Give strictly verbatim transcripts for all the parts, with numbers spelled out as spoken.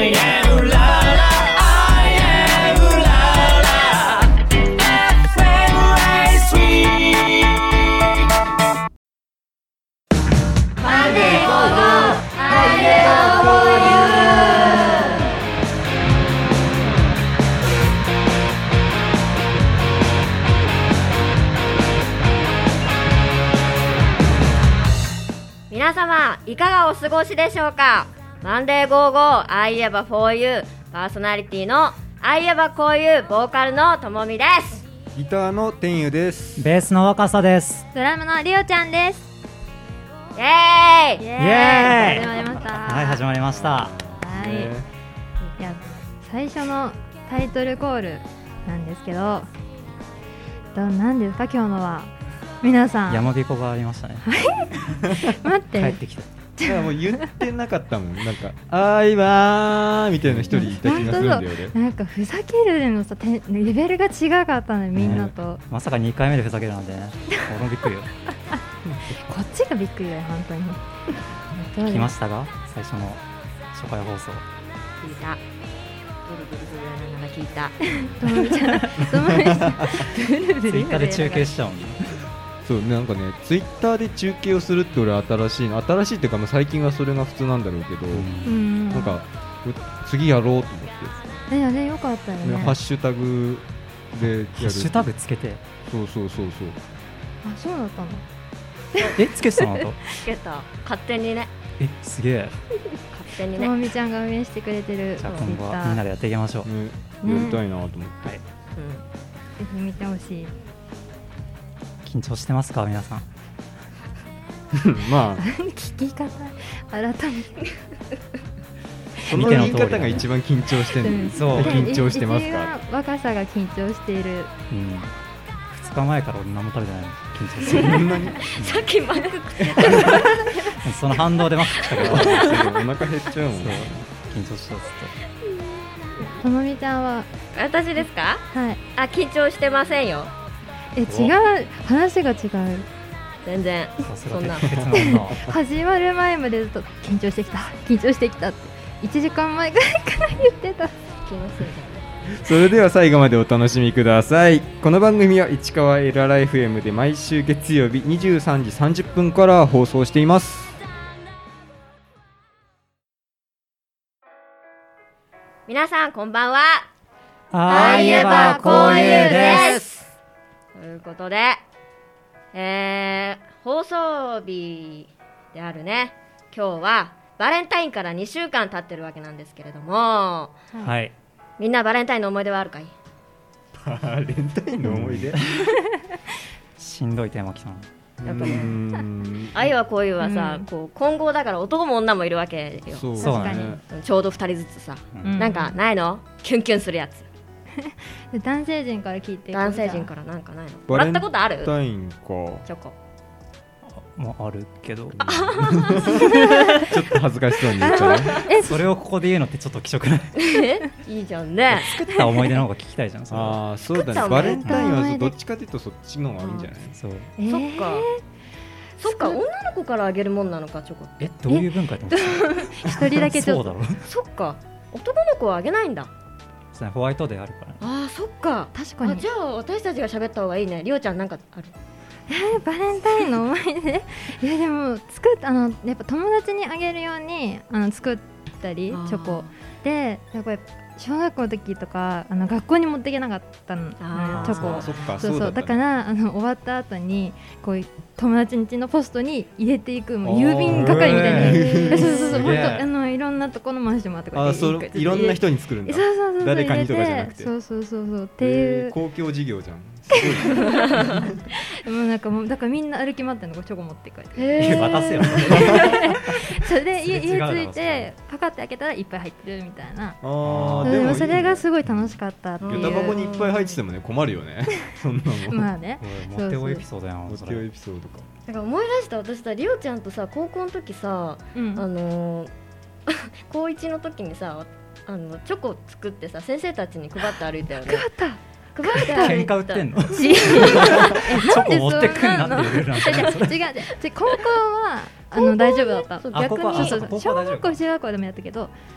I am la la I am la la エフエムエースリー Monday Go Go I am for you。 皆様いかがお過ごしでしょうか。マンデーゴーゴー I have a for you パーソナリティの I have a for you ボーカルのともみです。 ギターの天佑です。 ベースの若狭です。 ドラムのりおちゃんです。 イエーイイエーイイエーイ始まりました。 はい始まりました。 はい、 ね、 いや最初のタイトルコールなんですけど、ど何ですか今日のは。皆さん山彦がありましたね。 待って帰ってきた。 だからもう言ってなかったもん。なんかあーいわーみたいな一人いた気がするんだよね。 なんかふざけるのさレベルが違かったのみんなと、ね、 まさかにかいめでふざけるなんてね。俺もびっくりよ。 こっちがびっくりだよ本当に。 聞きましたが最初の初回放送。 聞いた。ブルブルブルながら聞いた。 ともみちゃん、ともみちゃん、ブルブルツイッターで中継しちゃうんだ。 そうなんかねツイッターで中継をするって俺新しいの新しいっていうか、まあ、最近はそれが普通なんだろうけど、 うん、 なんか次やろうと思って。 いやねよかったよね。 ハッシュタグでやる。 ハッシュタグつけて。 そうそうそうそう。 あそうだったの。 えつけてたのと。 つけた勝手にね。 えすげえ。 勝手にね。 ともみちゃんが運営してくれてる。 じゃあ今後はみんなでやっていきましょう。 ねやりたいなと思って。はい。 うん、ぜひ見てほしい。 緊張してますか皆さん。 まあ聞き方改めてその言い方が一番緊張してる、うん、そう緊張してますか。 若さが緊張している、 うん、ふつかまえから俺何も食べてないの緊張する。 そんなにさっきマック食ってたその反動でマックしたけどお腹減っちゃうもん。 緊張したっつって。 ともみちゃんは。 私ですか。 はい。 あ緊張してませんよ。 え違う話が違う。 全然そんな始まる前までずっと緊張してきた緊張してきたっていちじかんまえぐらいから言ってた。 気のせいじゃない。 それでは最後までお楽しみください。この番組は市川エララ エフエム で毎週月曜日にじゅうさんじさんじゅっぷんから放送しています。 皆さんこんばんは。 あいえばこういうです。 ということで、えー、放送日であるね今日はバレンタインからにしゅうかん経ってるわけなんですけれども、 はい、 みんなバレンタインの思い出はあるかい。 バレンタインの思い出しんどいテーマきたな。 やっぱね愛はこういうはさ、うん、こう混合だから男も女もいるわけよ。 そう確かにちょうどふたりずつさ、 うん、 なんかないのキュンキュンするやつ。 男性陣から聞いて。 男性陣からなんかないの。もらったことある。 バレンタインかチョコもあるけどちょっと恥ずかしそうに言っちゃうえそれをここで言うのってちょっと気色ないいいじゃんね。 作った思い出の方が聞きたいじゃん。そああそうだね。バレンタインはどっちかというとそっちの方がいいんじゃない。 そう、 えー、そっかそっか女の子からあげるもんなのかチョコって。 えどういう文化って思って一人だけちょっと。 そうだろそっか男の子はあげないんだ。 ホワイトデーあるから、ね、 あーそっか確かに。 じゃあ私たちが喋った方がいいね。りおちゃんなんかある。 えー、バレンタインの思い出いやでも作っあのやっぱ友達にあげるようにあの作ったりチョコでやっぱり小学校の時とかあの学校に持っていけなかったの、ね、チョコを。 そっかそうそうそうだったね。 だからあの終わった後にこう友達ん家のポストに入れていくもう郵便係みたいにそうそうそう本当あのいろんなところのマンションもあってあそういろんな人に作るんだ。 そうそうそうそう誰かにとかじゃなくてそうそうそうそうっていう、 えー、公共事業じゃん。すごいもうなんかもうだからみんな歩き回ってるのチョコ持って帰って、 えー、渡せよそれで家家着いてパカって開けたらいっぱい入ってるみたいな。 あでもそれがすごい楽しかったっていう。 下駄箱にいっぱい入っててもね困るよねそんなもん。 まあねモテオエピソードやん。 モテオエピソードか。 なんか思い出した私さりおちゃんとさ高校の時さ、うん、あのー、高いちの時にさあのチョコ作ってさ先生たちに配って歩いたよね。 配った配って歩いた。 喧嘩売ってんのチョコ持ってくんなっていうルールなんだ。 違う違う高校はあの大丈夫だった。 逆にそうそう小学校中学校でもやったけど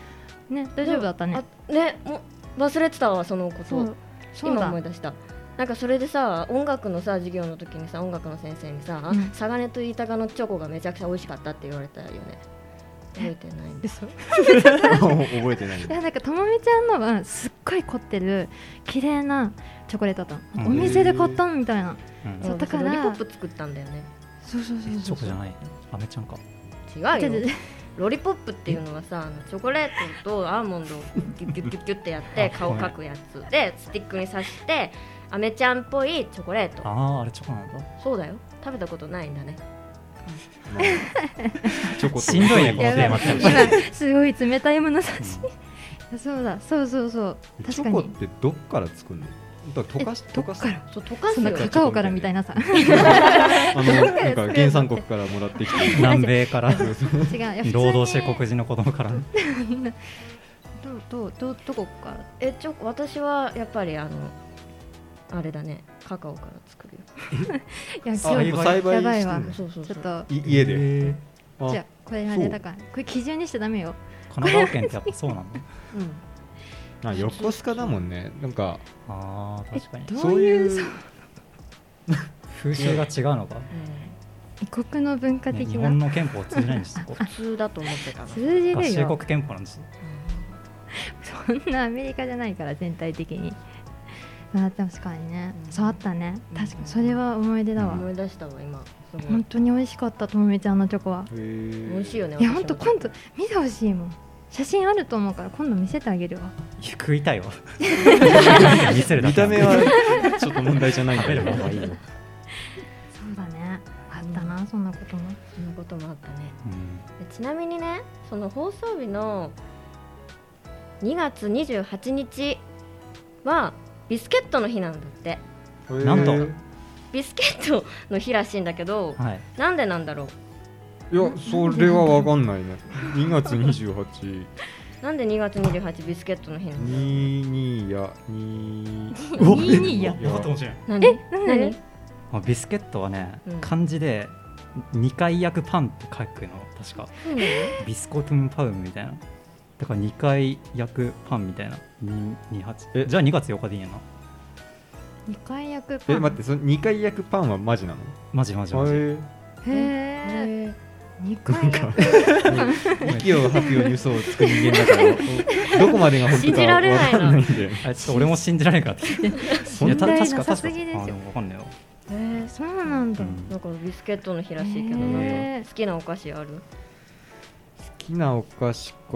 ね大丈夫だったね。 あねもう忘れてたわそのこそうと。 そうだ今思い出した。なんかそれでさ音楽のさ授業の時にさ音楽の先生にさ、 うんサガネとイタガのチョコがめちゃくちゃ美味しかったって言われたよね。覚えてないんです。 嘘。 覚えてないいやなんかともみちゃんのはすっごい凝ってる綺麗なチョコレートだったの、 うんお店で買ったのみたいな。 うんそうだからロリポップ作ったんだよね。 そうそうそうそうチョコじゃないアメちゃんか。 違うよ。 ちょっとロリポップっていうのはさあのチョコレートとアーモンドをギュッギュッギュッギュッってやってあ顔描くやつでスティックに刺してアメちゃんっぽいチョコレート。 あああれチョコなんだ。 そうだよ。食べたことないんだね。 まあチョコとしんどいねこのやばいテーマって。 今すごい冷たいもの差し、いやそうだそうそうそうチ確かにョコってどっから作るの？だから溶かしえ溶かすどっからそう溶かすよそんな。カカオからみたいなさあのなんか原産国からもらってきて南米から違ういや普通に労働して黒人の子供から。 どうどうどうどこからえちょ私はやっぱりあのあれだねカカオから作るよ。 いやあ今日栽培やばいわしてんのそうそうそう。 ちょっとい家でへーあじゃあこれあれだからこれ基準にしちゃダメよ。 神奈川県ってやっぱそうなの？ うん。 あ横須賀だもんねなんかああ確かに。 どそうういいうう風習が違うのか。 異国の文化ね的な日本の憲法通じないんですよ。 普通だと思ってたの。 通じ合衆るよ。 国憲法なんですよ。 そんなアメリカじゃないから全体的に。あ確かにね、 うんそうあったね。 うん確かにそれは思い出だわ。 思い出したわ今。すごい本当に美味しかったともみちゃんのチョコは。 へー美味しいよね。 いや私も本当今度見てほしいもん。写真あると思うから今度見せてあげるわ。 食いたいわ。見せるだけ。 見た目はちょっと問題じゃないんだけど食べる方がいいよ。 そうだね。あったなそんなことも。 そんなこともあったね。 うんでちなみにねその放送日のにがつにじゅうはちにちはビスケットの日なんだって。 へーなんとビスケットの日らしいんだけど、 はい。 なんでなんだろいやそれはわかんないねにがつにじゅうはちう。なんでにがつにじゅうはちビスケットの日なんだろう。 ににやににーにーや。 よかったかもしれない。 何えなんで何あビスケットはね、 うん漢字でにかい焼くパンって書くの確かそうなのビスコトゥンパウムみたいな。だからにかい焼くパンみたいなににはちえじゃあにがつようかでいいやな。 二回焼くパン。 え待ってそのにかい焼くパンはマジなの？ マジマジマジ。 へへえ。 へ二回焼く。 ー息を吐くように嘘をつく人間だからどこまでが本当信じられないなかわかんないんだよねあちょっと俺も信じられないからって。いやた信頼確かなさす確かぎですよあでもわかんないよ。 えそうなんだ。 うんなんかビスケットの日らしいけど、 へーなんか好きなお菓子ある？ 好きなお菓子かあ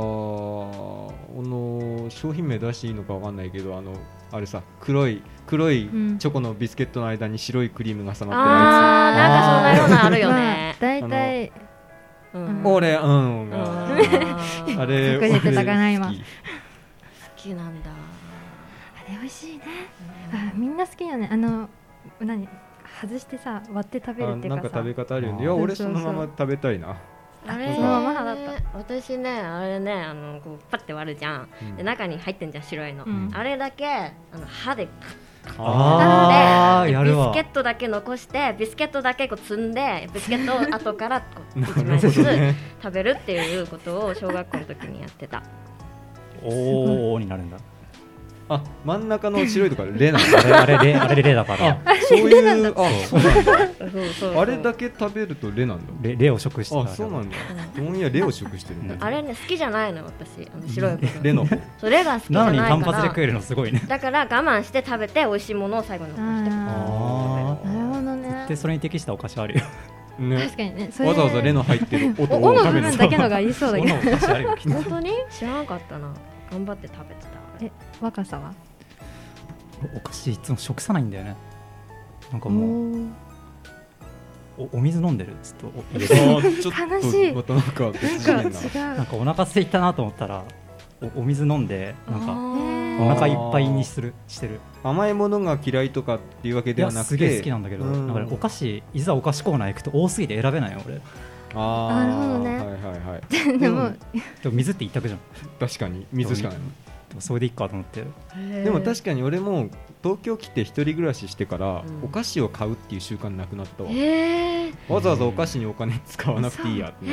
の商品名出していいのかわかんないけどあのあれさ黒い黒いうんチョコのビスケットの間に白いクリームが挟まってあーなんかそんなようなあるよまあね。 だいたいうんるやつ俺うんがあーあれ隠れてたかな今俺好き好きなんだ。 あれ美味しいね。あみんな好きよね。あの何外してさ割って食べるっていうかさ。 あなんか食べ方あるよねいあーや俺そそうそうそうのまま食べたいなあれそのまま派だっ私ねあれねあのこうパッて割るじゃん。 うんで中に入ってんじゃん白いの。 うんあれだけあの歯であーでやるわビスケットだけ残してビスケットだけこう積んでビスケットを後からこうなる一枚ずつほどね食べるっていうことを小学校の時にやってた。 おーになるんだ。 あ真ん中の白いところレなのあれあれレあれレだから。 そういうあそうなんだそうそうそうあれだけ食べるとレなんだレレを食してたあそうなんだぼんやレを食してるんだあれね好きじゃないの私あの白い部分レのそれが好きじなのにゃないから単発で食えるのすごいね。 だから我慢して食べて美味しいものを最後に残してああーなるほどねで。それに適したお菓子あるよ。 ね確かにね。それわざわざレの入ってる音おおのを食べる部分だけのがありそうだけどそ。のお菓子あるよきっと。 本当に知らなかったな頑張って食べてたえ若さは？ お菓子いつも食さないんだよね。なんかおもうーおお水飲んでるっつっとお入れあてーちょっ悲しいとまたなんか別なん次元なか違う。 なんかお腹空いたなと思ったらおお水飲んでなんかあーお腹いっぱいにするしてる。 甘いものが嫌いとかっていうわけいやではなくてすげえ好きなんだけど、 うんだからお菓子いざお菓子コーナー行くと多すぎて選べないよ俺。 あーなるほどねはいはいはいでもうんでも水って一択じゃん。 確かに水しかないでもそれでいいかと思って。 でも確かに俺も東京来て一人暮らししてから、 うんお菓子を買うっていう習慣なくなったわ、 へえわざわざお菓子にお金使わなくていいやってなって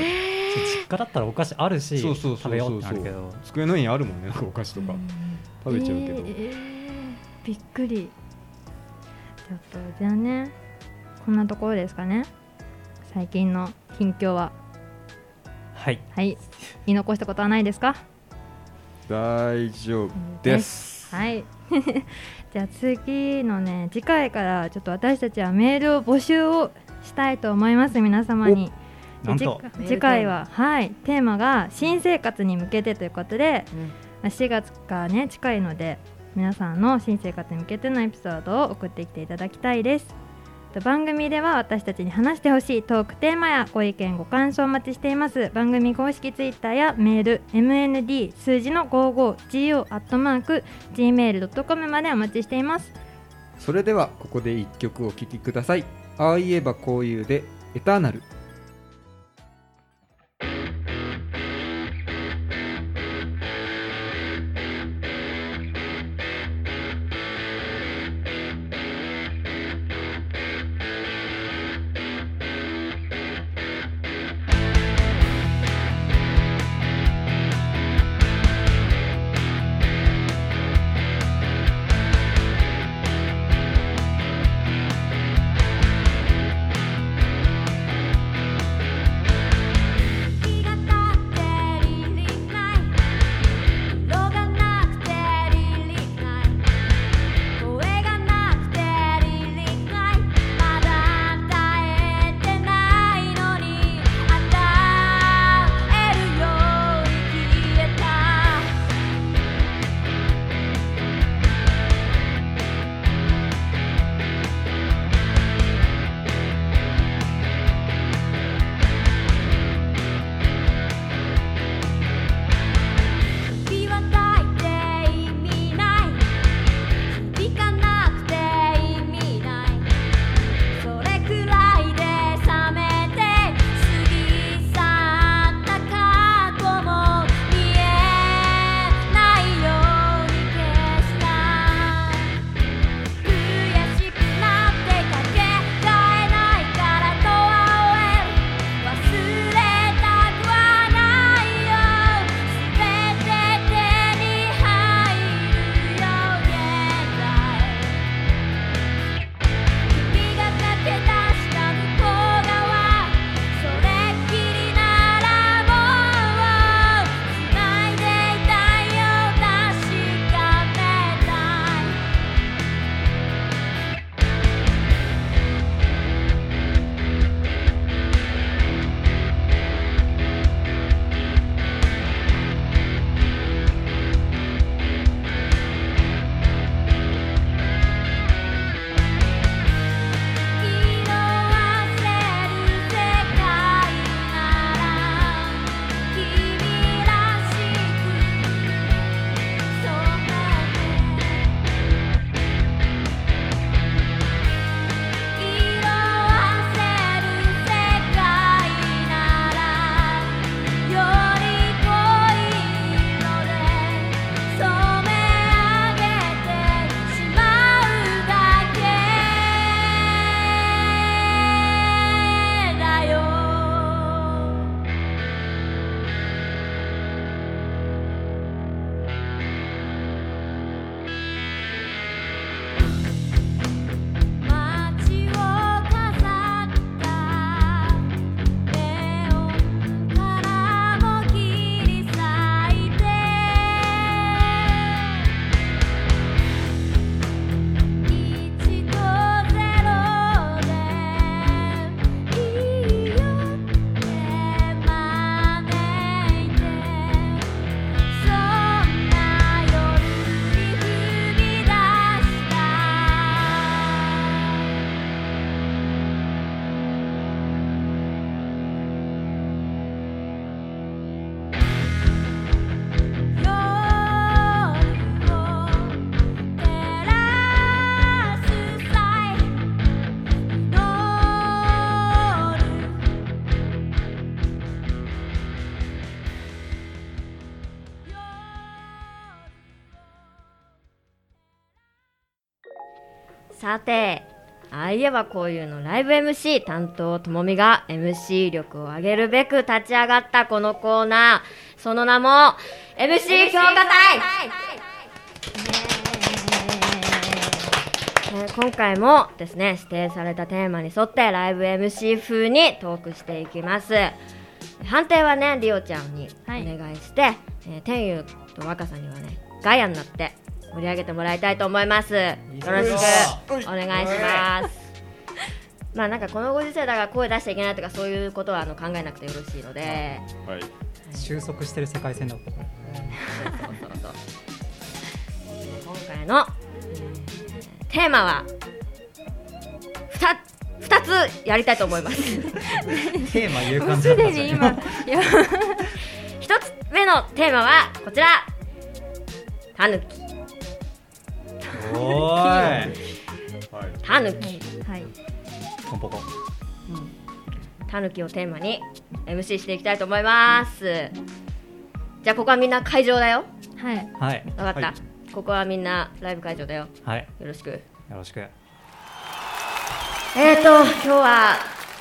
実家だったらお菓子あるしそうそうそうそう食べようってなるけど、 机の上にあるもんね、なんかお菓子とか食べちゃうけど、 えーえーびっくり。ちょっとじゃあね、こんなところですかね、最近の近況は。 はい、 はい、言い残したことはないですか？ 大丈夫です。 はい。じゃあ次のね、次回からちょっと私たちはメールを募集をしたいと思います、皆様に。 なんと次次回は、はい、テーマが新生活に向けてということで、まあしがつがね近いので、皆さんの新生活に向けてのエピソードを送ってきていただきたいです。と番組では私たちに話してほしいトークテーマやご意見ご感想をお待ちしています。番組公式ツイッターやメール エムエヌディー 数字の ごじゅうご ジーオー アットマーク ジーメールドットコム までお待ちしています。 それではここでいっきょくお聴きください。ああ言えばこういうでエターナル。 さてあいえばこういうのライブ エムシー 担当ともみが エムシー 力を上げるべく立ち上がったこのコーナー、その名も エムシー 評価隊。えー今回もですね、指定されたテーマに沿ってライブ エムシー 風にトークしていきます。判定はね、リオちゃんにお願いして、えー天佑と若さんにはねガヤになって盛り上げてもらいたいと思います。よろしくお願いします。まあなんかこのご時世だから声出しちゃいけないとかそういうことはあの考えなくてよろしいので、 はい、 収束してる世界線だったからそうそうそう今回の、えーテーマは 2, 2つやりたいと思いますテーマ言うもう感じだすったじゃんでに今いやひとつめのテーマはこちら、タヌキ。 おーいタヌキ、 はいポンポコタヌキをテーマに エムシー していきたいと思います。じゃあここはみんな会場だよ。 はいはい分かった、 はいここはみんなライブ会場だよ。 はいよろしく。 よろしく。 えーと今日は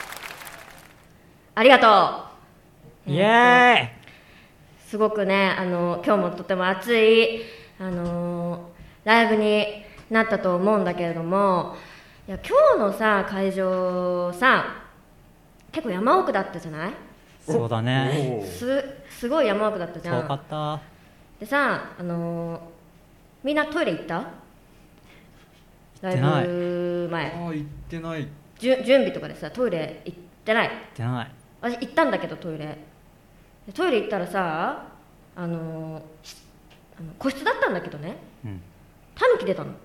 ありがとう。 イエーイ。 すごくね、あの今日もとても熱い、あのーライブになったと思うんだけれども、いや今日のさ会場さ結構山奥だったじゃない？ そうだね。 すすごい山奥だったじゃ遠かん。 った。 でさ、あのーみんなトイレ行った？ライてないブ前ああ行ってない。 じゅ準備とかでさトイレ行ってない？ 出ない。 私行ったんだけどトイレでトイレ行ったらさ、あのーしあの個室だったんだけどね、 うん。 タヌキ出たの。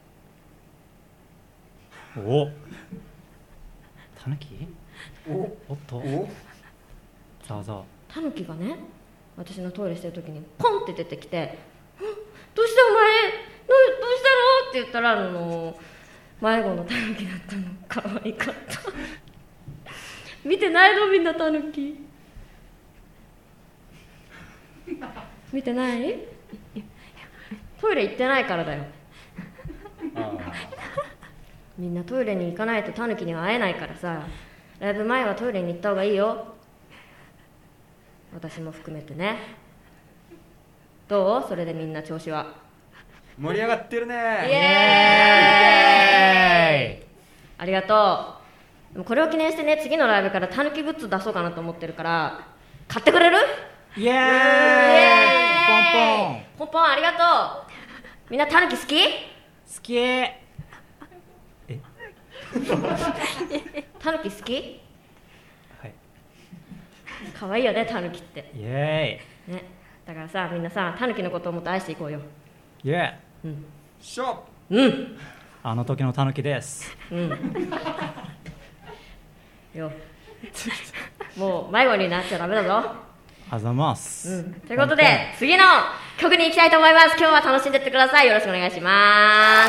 お。タヌキ？ おおっと。 おざわざわ。 タヌキがね、私のトイレしてる時にポンって出てきて、んどうしたお前、どうどうしたのって言ったら、あの迷子のタヌキだったの。可愛かった見てないのみんなタヌキ見てない？トイレ行ってないからだよ。みんなトイレに行かないとタヌキには会えないからさ、ライブ前はトイレに行った方がいいよ。私も含めてね。どう？それでみんな調子は。 盛り上がってるね。 イエーイ。ありがとう。でもこれを記念してね、次のライブからタヌキグッズ出そうかなと思ってるから買ってくれる？ イエーイ。 イエーイ。ポンポンありがとう。みんなタヌキ好き？ 好き。え。 タヌキ好き？ はい。 可愛いよねタヌキってイエね。だからさ、みんなさタヌキのことをもっと愛していこうよ。 ーイ。イエうんしょ。 うんー。あの時のタヌキです。 うんよもう迷子になっちゃダメだぞ。 あざます。 うん、ということで次の曲に行きたいと思います。今日は楽しんでってください。よろしくお願いします。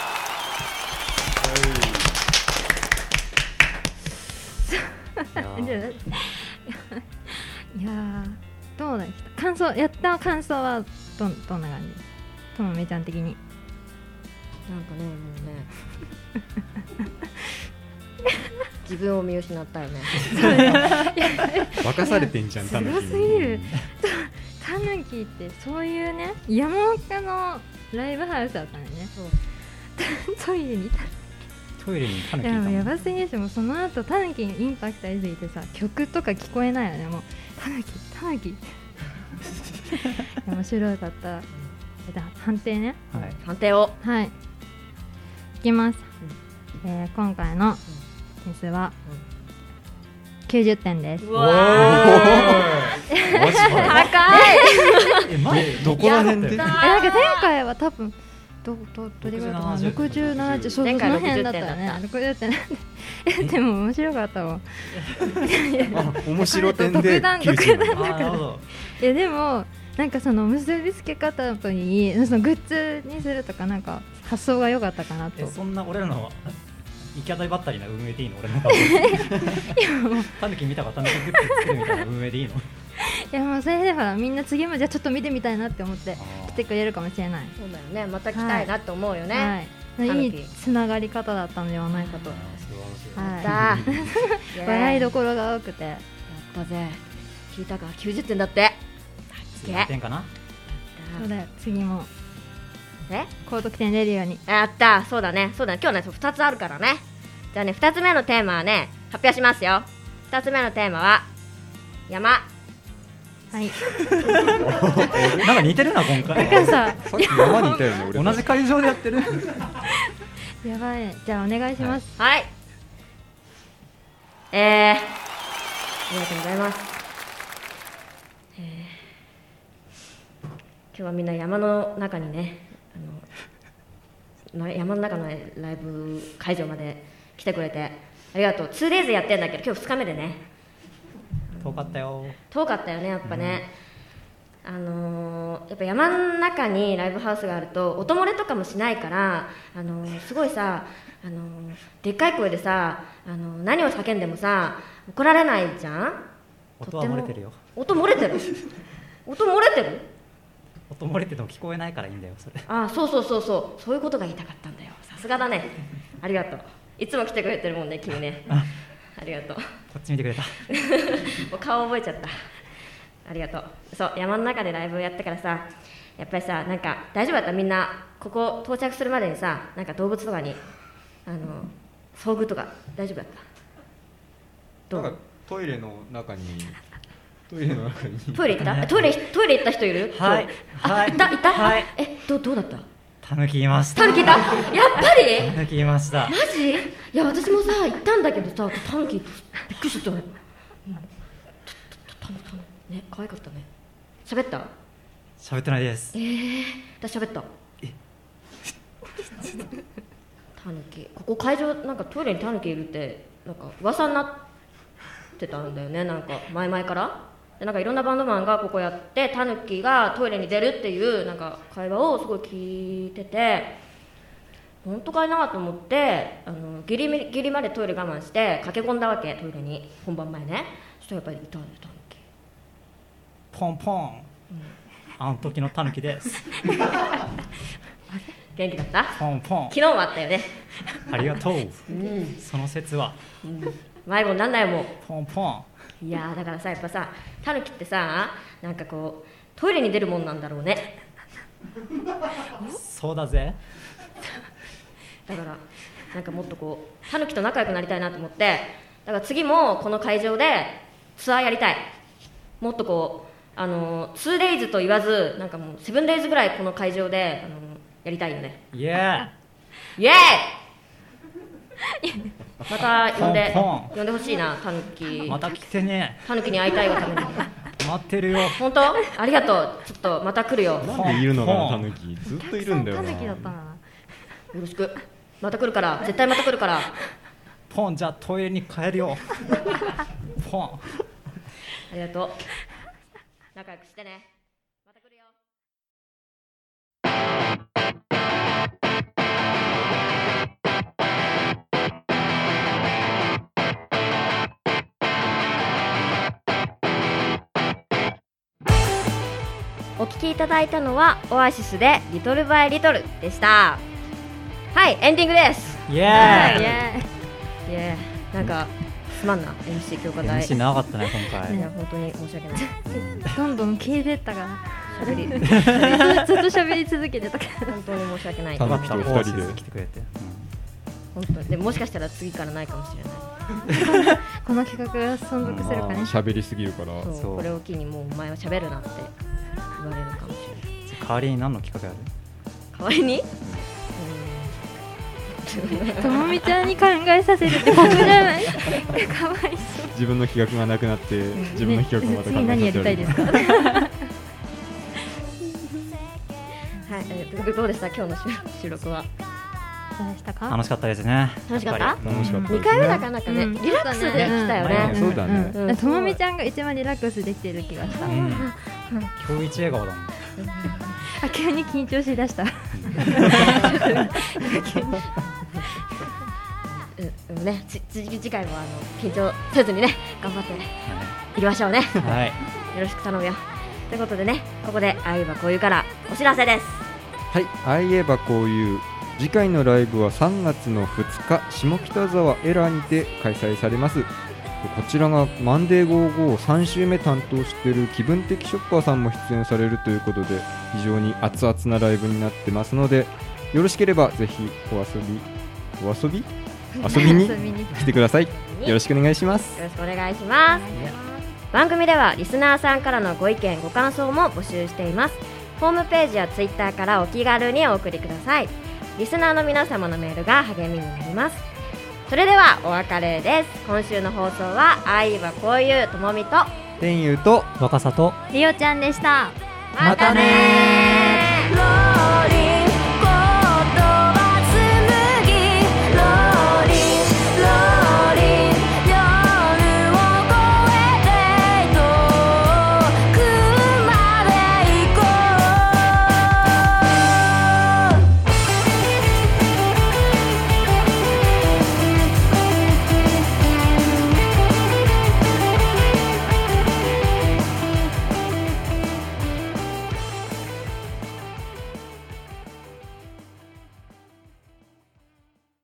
いやーいやーどうでした感想、やった感想はどんどんな感じ？ともめちゃん的に。 なんかね、もうね自分を見失ったよね。 沸かされてんじゃんタヌキに。 すごすぎる。タヌキってそういうね、山奥のライブハウスだったのね。トイレにいた。 トイレにタヌキいやもういたの。 やばすぎでしょ。もうその後タヌキにインパクトありすぎてさ、曲とか聞こえないよね。もうタヌキタヌキいや面白かった。じゃあ判定ね。 はい。 判定を。 はい、いきます、えー今回の点数はきゅうじゅってんです。 うわーマジか。 高い。 え、マジ？ どこら辺で？ えなんか前回は多分どどどれぐらいかな、ろくじゅう、ななじゅう、そうその前回辺だったよね。ろくじゅってんえでも面白かったわ。 あ、面白点で特段きゅうじゅう特段あー、なるほど。 いやでもなんかその結びつけ方といい、そのグッズにするとかなんか発想が良かったかなとえ、。そんな俺らの行き当たりばったりな運営でいいの？俺のタヌキ見たからタヌキグッズ作るみたいな運営でいいの？ いやもうそれでほらみんな次もじゃあちょっと見てみたいなって思ってあー来てくれるかもしれない。 そうだよね。また来たいなって思うよね。 はい。 いいつながり方だったのではないかと。はい、 だ笑いどころが多くて。 やったぜ。聞いたかきゅうじゅってんだって。 きゅうじゅってんかな。 そうだよ、次もえ高得点出るように。 やった。そうだね、そうだね。今日ねふたつあるからね。じゃあねふたつめのテーマはね発表しますよ。ふたつめのテーマは山。 はい。 なんか似てるな今回。 なんかさ、 さっき山にいたよね俺。 同じ会場でやってる。 やばい。じゃあお願いします。 はい、えー、ありがとうございます。えー、今日はみんな山の中にね、あの山の中のライブ会場まで来てくれてありがとう。 ツーデイズ やってんだけど今日ふつかめでね。 遠かったよ。 遠かったよねやっぱね、うん、あのー、やっぱ山の中にライブハウスがあると音漏れとかもしないから、あのー、すごいさ、あのー、でっかい声でさ、あのー、何を叫んでもさ怒られないじゃん。 音は漏れてるよ。 音漏れてる音漏れてる音漏れてても聞こえないからいいんだよそれ。 ああ、そうそうそうそう、そういうことが言いたかったんだよ。さすがだね。ありがとう。いつも来てくれてるもんね君ね。ありがとう。 こっち見てくれた。 もう顔覚えちゃった。ありがとう。そう山の中でライブをやってからさ、やっぱりさなんか大丈夫だった。みんなここ到着するまでにさなんか動物とかにあの遭遇とか大丈夫だった。どう？ なんかトイレの中にトイレの中にトイレ行ったトイレトイレ行った人いる？ はいはいあいたいた、 はい。 えどうどうだった？ タヌキいました。 タヌキいた。やっぱり？ タヌキいました。 マジ？いや私もさ行ったんだけどさタヌキびっくりしちゃった。うん、タヌタヌね可愛かったね。喋った？ 喋ってないです。 えー、私喋った。えタヌキここ会場なんかトイレにタヌキいるってなんか噂になってたんだよね。なんか前々からでなんかいろんなバンドマンがここやってタヌキがトイレに出るっていうなんか会話をすごい聞いてて本当かいなと思ってあのギリギリまでトイレ我慢して駆け込んだわけトイレに本番前ね。そしたらやっぱりいたんだよタヌキ。 ポンポン、うん、あの時のタヌキです。 元気だった？ ポンポン。 昨日もあったよね。 ありがとう、 うん、 その説は、 うん、迷子なんだよもう。 ポンポン。 いやだからさやっぱさタヌキってさなんかこうトイレに出るもんなんだろうね。 そうだぜ。 だからなんかもっとこうタヌキと仲良くなりたいなと思ってだから次もこの会場でツアーやりたい。もっとこうあの ツーデイズ と言わずなんかもうセブンデイズぐらいこの会場であのやりたいよね。 イエーイエーイまた呼んでポンポン呼んでほしいなタヌキ。 また来てね。 タヌキに会いたいがために。 待ってるよ。 本当？ありがとう。ちょっとまた来るよ。 なんでいるのかなタヌキ。ずっといるんだよな。 タヌキだったな。 よろしく。また来るから絶対また来るから。 ポンじゃあトイレに帰るよ。ポン。 ありがとう。仲良くしてね。また来るよ。お聴きいただいたのはオアシスでリトルバイリトルでした。はいエンディングです。 イエーイ。 イエーイ。イエーイ。なんかすまんな エムシー 強化隊。 エムシー 長かったね今回。 いや本当に申し訳ない。 どんどん消えてったから喋りずっと喋り続けてたから本当に申し訳ない。 タヌキと二人で来てくれて、 本当にでももしかしたら次からないかもしれない。 この企画が存続するかね。 喋りすぎるからそうそうこれを機にもうお前は喋るなって言われるかもしれない。 代わりに何の企画やる？ 代わりにともみちゃんに考えさせるってことじゃないかわいそう。 自分の企画がなくなって自分の企画をまた考えさせる、 次何やりたいですか？ はい、えー、どうでした今日の収録は？ どうでしたか？ 楽しかったですね。 楽しかった？ 楽しかったですね。 にかいめだからなんかね、 うんリラックスできたようんね。 そうだねうんともみちゃんが一番リラックスできてる気がした。 うん今日一笑顔だもん。 あ、急に緊張しだした。 うんね、つ次次回もあの緊張せずにね頑張っていきましょうね。 はい。 よろしく頼むよ。ということでね、ここでああいえばこういうからお知らせです。 はい、ああいえばこういう次回のライブはさんがつのふつか、下北沢エラーにて開催されます。こちらがマンデーゴーゴーさん週目担当している気分的ショッカーさんも出演されるということで、非常に熱々なライブになってますので、よろしければぜひお遊びお遊び遊びに遊びに来てください。よろしくお願いします。 よろしくお願いします。番組ではリスナーさんからのご意見ご感想も募集しています。ホームページやツイッターからお気軽にお送りください。リスナーの皆様のメールが励みになります。それではお別れです。今週の放送は愛はこういうともみと天佑と若さとりおちゃんでした。 またねー。